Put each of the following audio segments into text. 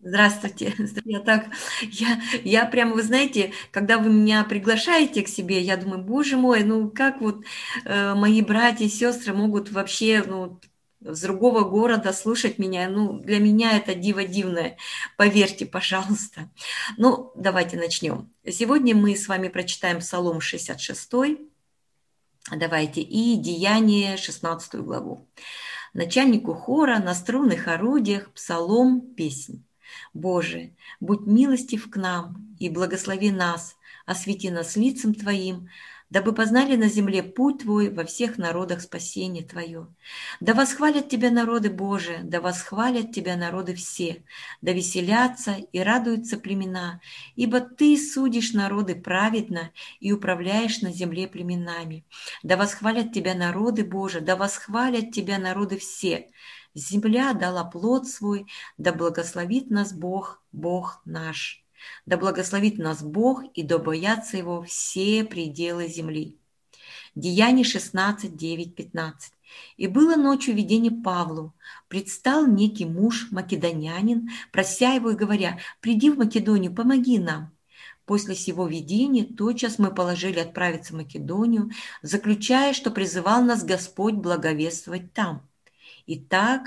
Здравствуйте. Я прямо, вы знаете, когда вы меня приглашаете к себе, я думаю, боже мой, ну как вот мои братья и сестры могут вообще, ну, с другого города слушать меня? Ну, для меня это диво дивное, поверьте, пожалуйста. Ну, давайте начнем. Сегодня мы с вами прочитаем Псалом 66, давайте, и Деяние 16 главу. Начальнику хора на струнных орудиях псалом, песнь. Боже, будь милостив к нам и благослови нас, освети нас лицем Твоим, дабы познали на земле путь Твой во всех народах спасение Твое. Да восхвалят Тебя народы, Боже, да восхвалят Тебя народы все, да веселятся и радуются племена, ибо Ты судишь народы праведно и управляешь на земле племенами. Да восхвалят Тебя народы, Боже, да восхвалят Тебя народы все. Земля дала плод свой, да благословит нас Бог, Бог наш. Да благословит нас Бог, и да боятся Его все пределы земли. Деяние 16, 9, 15. «И было ночью видение Павлу. Предстал некий муж, македонянин, прося его и говоря, «Приди в Македонию, помоги нам». После сего видения тотчас мы положили отправиться в Македонию, заключая, что призывал нас Господь благовествовать там. Итак,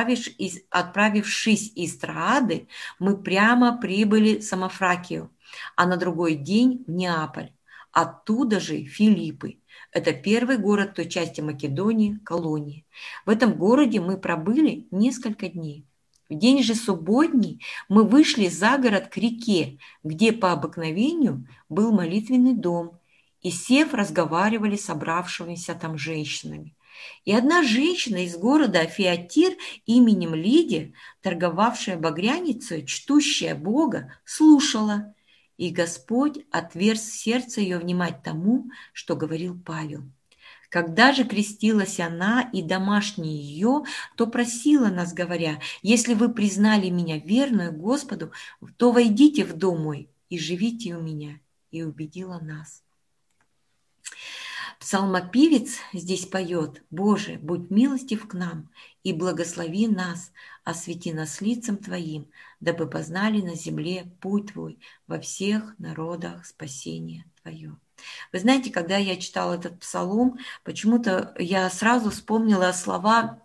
отправившись из Троады, мы прямо прибыли в Самофракию, а на другой день в Неаполь. Оттуда же Филиппы. Это первый город той части Македонии, колонии. В этом городе мы пробыли несколько дней. В день же субботний мы вышли за город к реке, где по обыкновению был молитвенный дом, и, сев, разговаривали с собравшимися там женщинами. И одна женщина из города Фиатир именем Лидия, торговавшая багряницей, чтущая Бога, слушала, и Господь отверз сердце ее внимать тому, что говорил Павел. Когда же крестилась она и домашние ее, то просила нас, говоря, «Если вы признали меня верную Господу, то войдите в дом мой и живите у меня». И убедила нас. Псалмопевец здесь поет: «Боже, будь милостив к нам и благослови нас, освети нас лицем Твоим, дабы познали на земле путь Твой во всех народах спасение Твое». Вы знаете, когда я читала этот псалом, почему-то я сразу вспомнила слова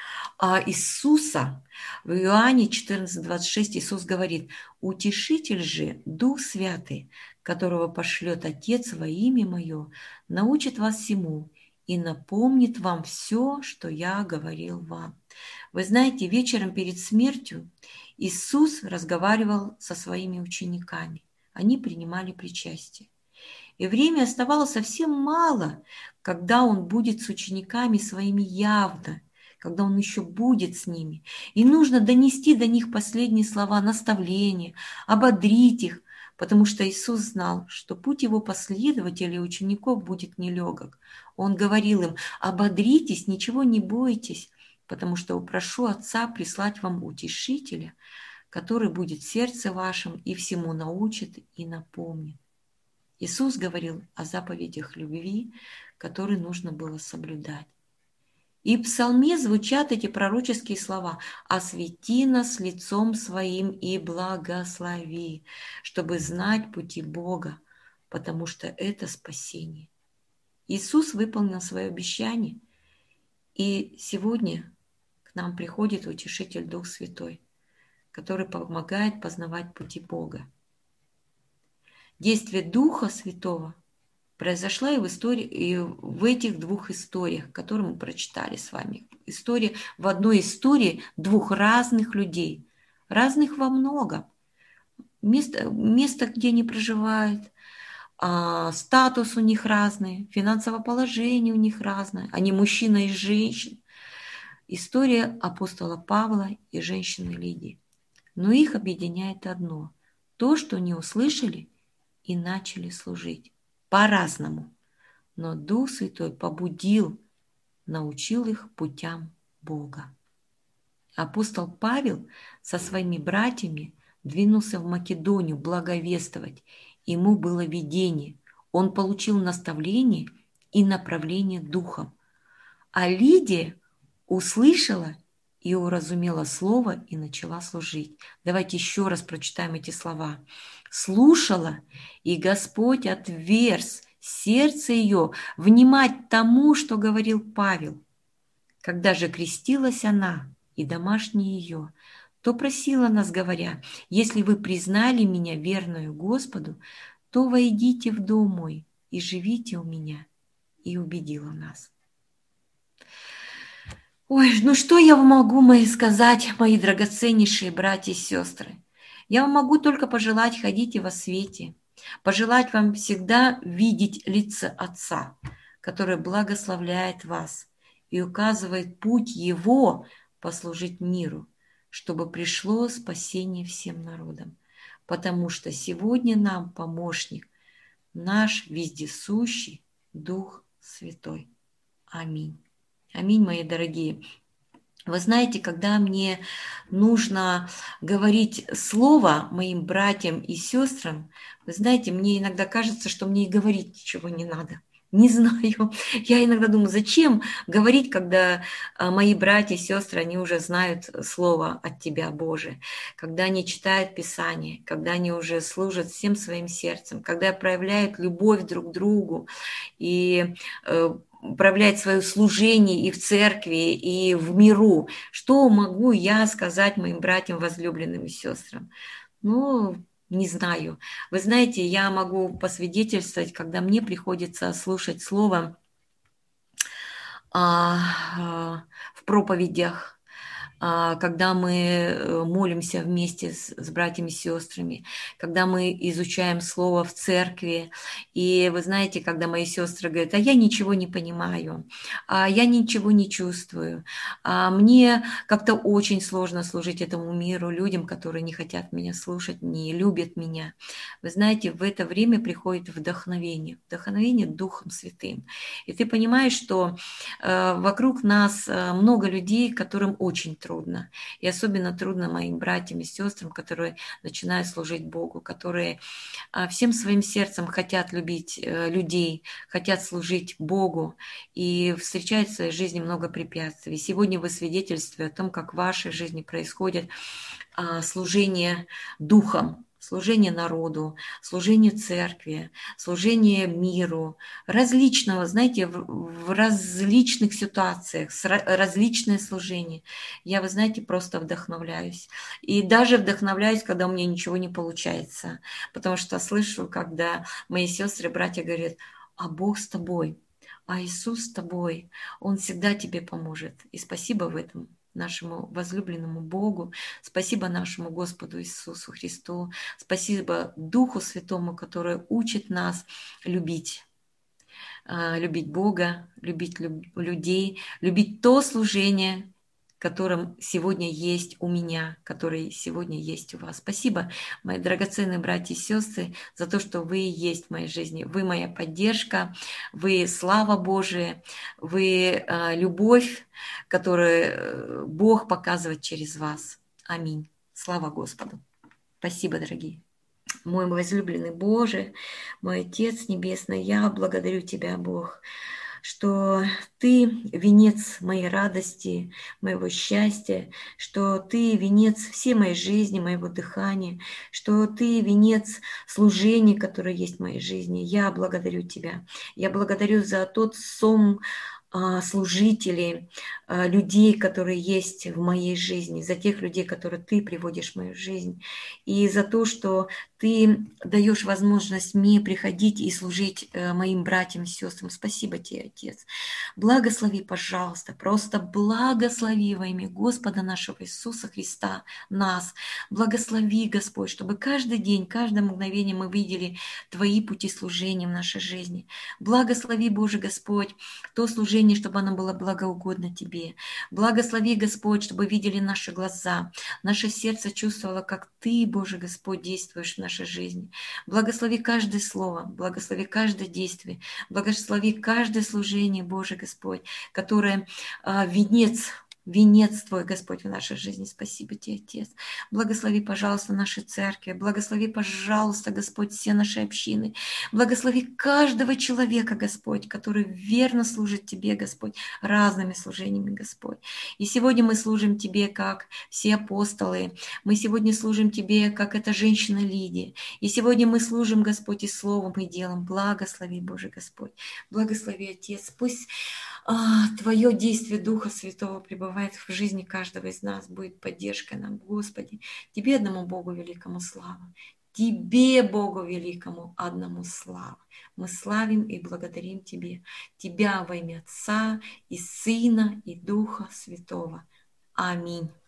Иисуса. В Иоанне 14:26 Иисус говорит: «Утешитель же, Дух Святый, которого пошлет Отец во имя Мое, научит вас всему и напомнит вам все, что я говорил вам». Вы знаете, вечером перед смертью Иисус разговаривал со своими учениками. Они принимали причастие. И время оставалось совсем мало, когда Он будет с учениками своими явно, когда Он еще будет с ними. И нужно донести до них последние слова наставления, ободрить их, потому что Иисус знал, что путь Его последователей и учеников будет нелегок. Он говорил им: «Ободритесь, ничего не бойтесь, потому что упрошу Отца прислать вам утешителя, который будет в сердце вашем и всему научит и напомнит». Иисус говорил о заповедях любви, которые нужно было соблюдать. И в псалме звучат эти пророческие слова: «Освети нас лицом своим и благослови», чтобы знать пути Бога, потому что это спасение. Иисус выполнил свое обещание, и сегодня к нам приходит Утешитель Дух Святой, который помогает познавать пути Бога. Действие Духа Святого произошла и в этих двух историях, которые мы прочитали с вами. В одной истории двух разных людей, разных во многом. Место, где они проживают, статус у них разный, финансовое положение у них разное, они мужчина и женщина. История апостола Павла и женщины Лидии. Но их объединяет одно: то, что они услышали и начали служить по-разному. Но Дух Святой побудил, научил их путям Бога. Апостол Павел со своими братьями двинулся в Македонию благовествовать. Ему было видение. Он получил наставление и направление Духом. А Лидия услышала и уразумела слово и начала служить. Давайте еще раз прочитаем эти слова. Слушала, и Господь отверз сердце ее внимать тому, что говорил Павел. Когда же крестилась она и домашние ее, то просила нас, говоря: «Если вы признали меня верную Господу, то войдите в дом мой и живите у меня». И убедила нас. Ой, ну что я вам могу сказать, мои драгоценнейшие братья и сестры? Я вам могу только пожелать: ходите во свете, пожелать вам всегда видеть лица Отца, который благословляет вас и указывает путь Его послужить миру, чтобы пришло спасение всем народам. Потому что сегодня нам помощник наш вездесущий Дух Святой. Аминь. Аминь, мои дорогие. Вы знаете, когда мне нужно говорить слово моим братьям и сестрам, вы знаете, мне иногда кажется, что мне и говорить ничего не надо. Не знаю. Я иногда думаю, зачем говорить, когда мои братья и сестры, они уже знают слово от Тебя, Боже, когда они читают Писание, когда они уже служат всем своим сердцем, когда проявляют любовь друг к другу и проявляет свое служение и в церкви, и в миру. Что могу я сказать моим братьям, возлюбленным и сестрам? Ну, не знаю. Вы знаете, я могу посвидетельствовать, когда мне приходится слушать слово в проповедях, когда мы молимся вместе с братьями и сестрами, когда мы изучаем Слово в церкви. И вы знаете, когда мои сестры говорят: а я ничего не понимаю, а я ничего не чувствую, а мне как-то очень сложно служить этому миру, людям, которые не хотят меня слушать, не любят меня. Вы знаете, в это время приходит вдохновение Духом Святым. И ты понимаешь, что вокруг нас много людей, которым очень трудно. И особенно трудно моим братьям и сестрам, которые начинают служить Богу, которые всем своим сердцем хотят любить людей, хотят служить Богу и встречают в своей жизни много препятствий. Сегодня вы свидетельствуете о том, как в вашей жизни происходит служение Духом, служение народу, служение церкви, служение миру, различного, знаете, в различных ситуациях, различное служение. Я, вы знаете, просто вдохновляюсь. И даже вдохновляюсь, когда у меня ничего не получается. Потому что слышу, когда мои сестры, братья говорят: а Бог с тобой, а Иисус с тобой, Он всегда тебе поможет. И спасибо в этом нашему возлюбленному Богу, спасибо нашему Господу Иисусу Христу, спасибо Духу Святому, который учит нас любить Бога, любить людей, любить то служение, которым сегодня есть у меня, который сегодня есть у вас. Спасибо, мои драгоценные братья и сестры, за то, что вы есть в моей жизни. Вы моя поддержка, вы слава Божия, вы любовь, которую Бог показывает через вас. Аминь. Слава Господу. Спасибо, дорогие. Мой возлюбленный Боже, мой Отец Небесный, я благодарю Тебя, Бог, что Ты венец моей радости, моего счастья, что Ты венец всей моей жизни, моего дыхания, что Ты венец служения, которое есть в моей жизни. Я благодарю Тебя. Я благодарю за тот сом служителей, людей, которые есть в моей жизни, за тех людей, которые Ты приводишь в мою жизнь, и за то, что Ты даешь возможность мне приходить и служить моим братьям и сестрам. Спасибо Тебе, Отец. Благослови, пожалуйста, просто благослови во имя Господа нашего Иисуса Христа нас. Благослови, Господь, чтобы каждый день, каждое мгновение мы видели Твои пути служения в нашей жизни. Благослови, Боже Господь, то служение, чтобы оно было благоугодно Тебе. Благослови, Господь, чтобы видели наши глаза, наше сердце чувствовало, как Ты, Боже Господь, действуешь в нашей жизни. Благослови каждое слово, благослови каждое действие, благослови каждое служение, Боже Господь, которое венец венец Твой, Господь, в нашей жизни. Спасибо Тебе, Отец. Благослови, пожалуйста, наши церкви. Благослови, пожалуйста, Господь, все наши общины. Благослови каждого человека, Господь, который верно служит Тебе, Господь, разными служениями, Господь. И сегодня мы служим Тебе, как все апостолы. Мы сегодня служим Тебе, как эта женщина Лидия. И сегодня мы служим, Господь, и словом, и делом. Благослови, Боже Господь. Благослови, Отец. Пусть Твое действие Духа Святого пребывает в жизни каждого из нас, будет поддержкой нам, Господи. Тебе одному Богу великому слава. Тебе, Богу великому, одному слава. Мы славим и благодарим Тебе. Тебя во имя Отца и Сына и Духа Святого. Аминь.